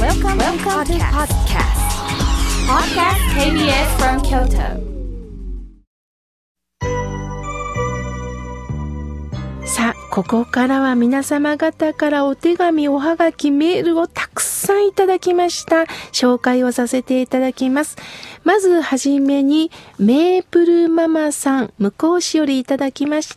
Welcome to podcast. Podcast KBS from Kyoto. さあ、ここからは皆様方からお手紙、おはがき、メールをたくさんいただきました。紹介をさせていただきます。まずはじめに、メープルママさん、向こう市よりいただきました。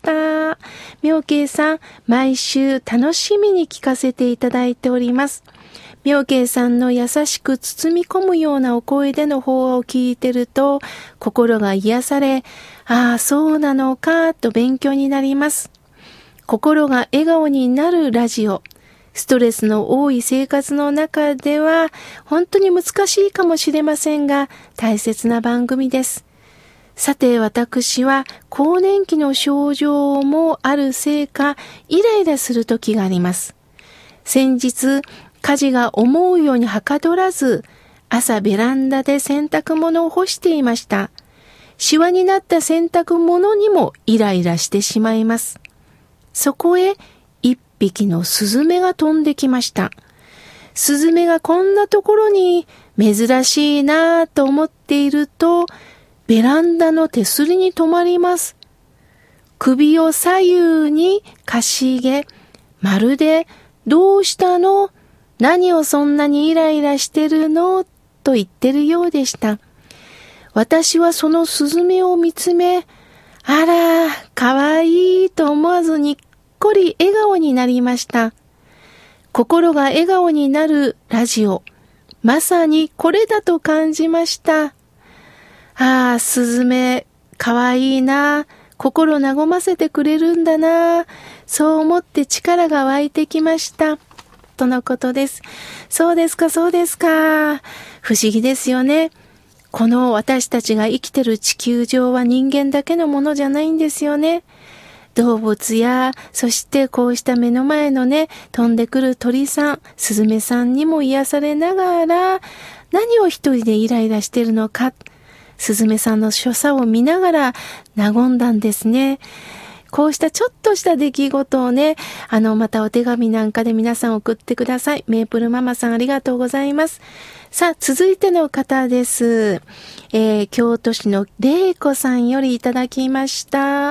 妙慶さん、毎週楽しみに聞かせていただいております。妙慶さんの優しく包み込むようなお声での法話を聞いてると、心が癒され、ああ、そうなのか、と勉強になります。心が笑顔になるラジオ。ストレスの多い生活の中では本当に難しいかもしれませんが大切な番組です。さて私は更年期の症状もあるせいかイライラする時があります。先日家事が思うようにはかどらず朝ベランダで洗濯物を干していました。シワになった洗濯物にもイライラしてしまいます。そこへ一匹のスズメが飛んできました。スズメがこんなところに珍しいなぁと思っていると、ベランダの手すりに止まります。首を左右にかしげ、まるでどうしたの？何をそんなにイライラしてるの？と言ってるようでした。私はそのスズメを見つめ、あら、かわいいと思わずにっこり笑顔になりました。心が笑顔になるラジオ。まさにこれだと感じました。ああ、スズメ、かわいいな。心和ませてくれるんだな。そう思って力が湧いてきました。とのことです。そうですか、そうですか。不思議ですよね。この私たちが生きてる地球上は人間だけのものじゃないんですよね。動物や、そしてこうした目の前のね、飛んでくる鳥さん、スズメさんにも癒されながら、何を一人でイライラしてるのか、スズメさんの所作を見ながら和んだんですね。こうしたちょっとした出来事をね、またお手紙なんかで皆さん送ってください。メープルママさんありがとうございます。さあ、続いての方です。京都市のれいこさんよりいただきました。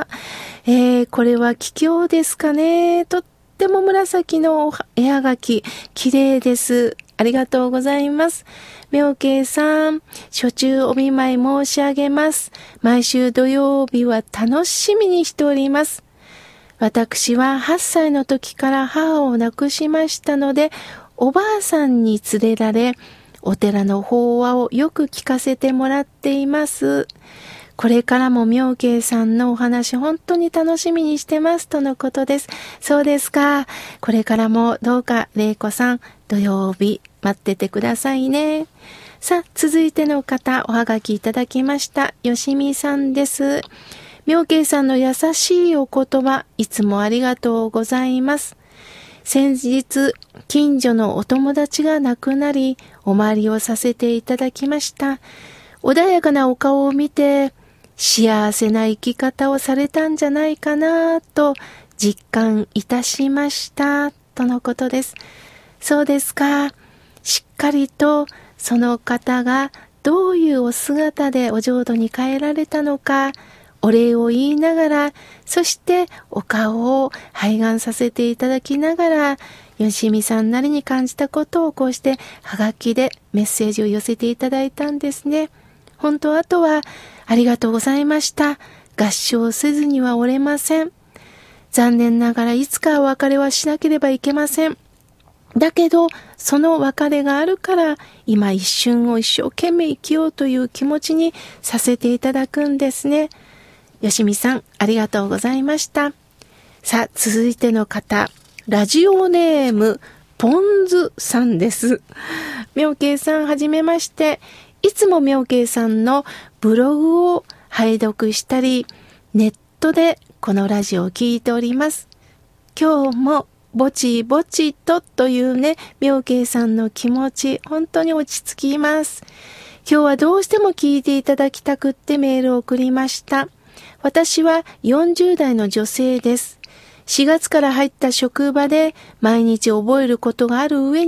これは桔梗ですかね。とっても紫の絵はがき、綺麗です。ありがとうございます。妙慶さん、初中お見舞い申し上げます。毎週土曜日は楽しみにしております。私は8歳の時から母を亡くしましたので、おばあさんに連れられ、お寺の法話をよく聞かせてもらっています。これからも妙慶さんのお話本当に楽しみにしてますとのことです。そうですか。これからもどうかれいこさん土曜日待っててくださいね。さあ続いての方おはがきいただきました。よしみさんです。妙慶さんの優しいお言葉いつもありがとうございます。先日近所のお友達が亡くなりお参りをさせていただきました。穏やかなお顔を見て幸せな生き方をされたんじゃないかなと実感いたしましたとのことです。そうですか。しっかりとその方がどういうお姿でお浄土に帰られたのかお礼を言いながら、そしてお顔を拝願させていただきながら、よしみさんなりに感じたことをこうしてはがきでメッセージを寄せていただいたんですね。本当あとはありがとうございました。合唱せずにはおれません。残念ながらいつかお別れはしなければいけません。だけどその別れがあるから今一瞬を一生懸命生きようという気持ちにさせていただくんですね。よしみさんありがとうございました。さあ続いての方、ラジオネームポンズさんです。妙慶さんはじめまして。いつも妙慶さんのブログを拝読したりネットでこのラジオを聞いております。今日もぼちぼちというね妙慶さんの気持ち本当に落ち着きます。今日はどうしても聞いていただきたくってメールを送りました。私は40代の女性です。4月から入った職場で毎日覚えることがある上に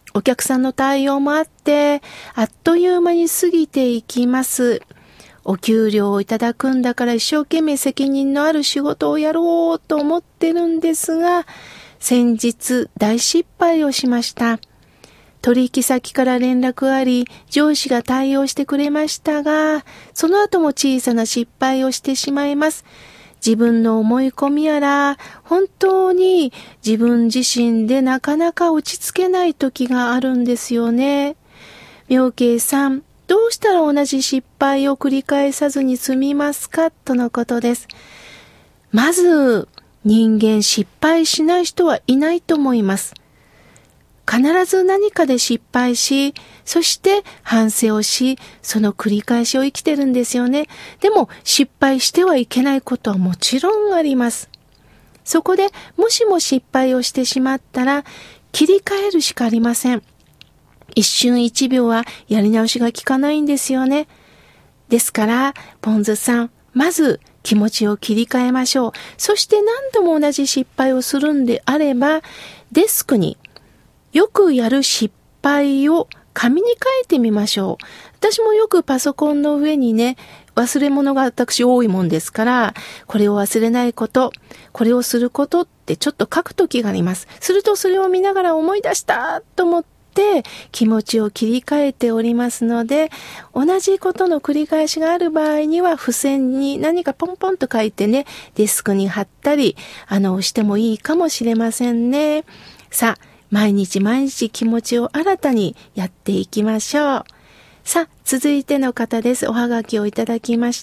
お客さんの対応もあって、あっという間に過ぎていきます。お給料をいただくんだから一生懸命責任のある仕事をやろうと思ってるんですが、先日大失敗をしました。取引先から連絡あり、上司が対応してくれましたが、その後も小さな失敗をしてしまいます。自分の思い込みやら、本当に自分自身でなかなか落ち着けない時があるんですよね。妙慶さん、どうしたら同じ失敗を繰り返さずに済みますかとのことです。まず、人間失敗しない人はいないと思います。必ず何かで失敗し、そして反省をし、その繰り返しを生きてるんですよね。でも失敗してはいけないことはもちろんあります。そこでもしも失敗をしてしまったら切り替えるしかありません。一瞬一秒はやり直しが効かないんですよね。ですから、ポンズさん、まず気持ちを切り替えましょう。そして何度も同じ失敗をするんであれば、デスクによくやる失敗を紙に書いてみましょう。私もよくパソコンの上にね、忘れ物が私多いもんですから、これを忘れないこと、これをすることってちょっと書くときがあります。するとそれを見ながら思い出したと思って気持ちを切り替えておりますので、同じことの繰り返しがある場合には付箋に何かポンポンと書いてね、デスクに貼ったり、してもいいかもしれませんね。さあ、毎日毎日気持ちを新たにやっていきましょう。さあ、続いての方です。おはがきをいただきました。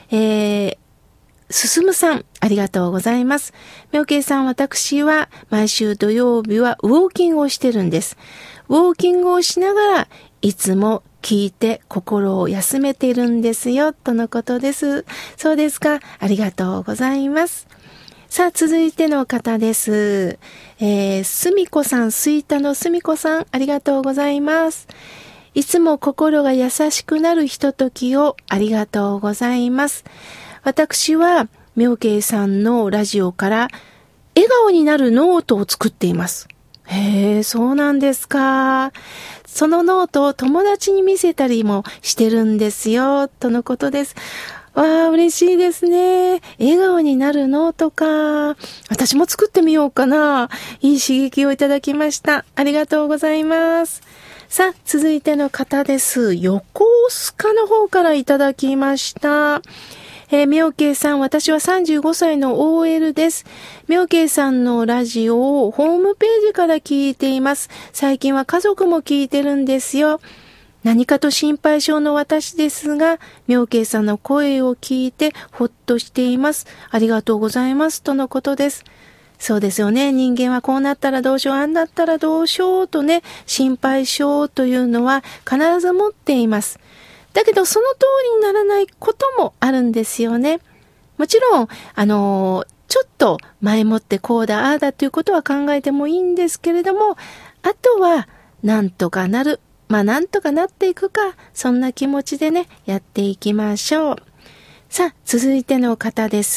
すすむさん、ありがとうございます。妙慶さん、私は毎週土曜日はウォーキングをしてるんです。ウォーキングをしながらいつも聞いて心を休めているんですよ、とのことです。そうですか。ありがとうございます。さあ、続いての方です。すみこさん、スイタのすみこさん、ありがとうございます。いつも心が優しくなるひとときをありがとうございます。私は、妙慶さんのラジオから笑顔になるノートを作っています。へえ、そうなんですか。そのノートを友達に見せたりもしてるんですよ、とのことです。わあ、嬉しいですね。笑顔になるノートか。私も作ってみようかな。いい刺激をいただきました。ありがとうございます。さあ、続いての方です。横須賀の方からいただきました。妙慶さん、私は35歳の OL です。妙慶さんのラジオをホームページから聞いています。最近は家族も聞いてるんですよ。何かと心配性の私ですが、妙慶さんの声を聞いてほっとしています。ありがとうございます。とのことです。そうですよね。人間はこうなったらどうしよう、あんなったらどうしようとね、心配性というのは必ず持っています。だけどその通りにならないこともあるんですよね。もちろん、ちょっと前もってこうだ、ああだということは考えてもいいんですけれども、あとはなんとかなる。なんとかなっていくか、そんな気持ちでね、やっていきましょう。さあ、続いての方です。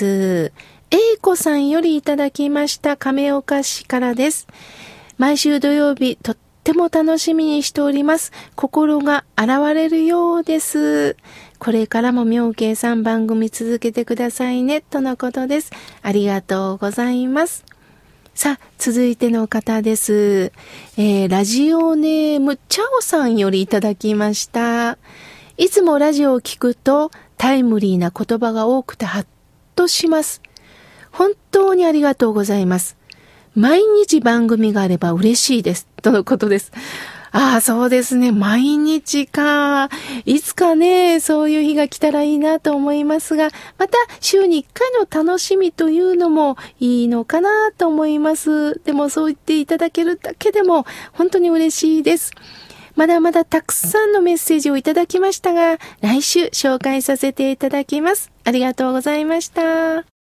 英子さんよりいただきました亀岡市からです。毎週土曜日、とっても楽しみにしております。心が洗われるようです。これからも妙慶さん番組続けてくださいね、とのことです。ありがとうございます。さあ、続いての方です。ラジオネーム、チャオさんよりいただきました。いつもラジオを聞くとタイムリーな言葉が多くてハッとします。本当にありがとうございます。毎日番組があれば嬉しいです。とのことです。ああ、そうですね。毎日か。いつかね、そういう日が来たらいいなと思いますが、また週に1回の楽しみというのもいいのかなと思います。でもそう言っていただけるだけでも本当に嬉しいです。まだまだたくさんのメッセージをいただきましたが、来週紹介させていただきます。ありがとうございました。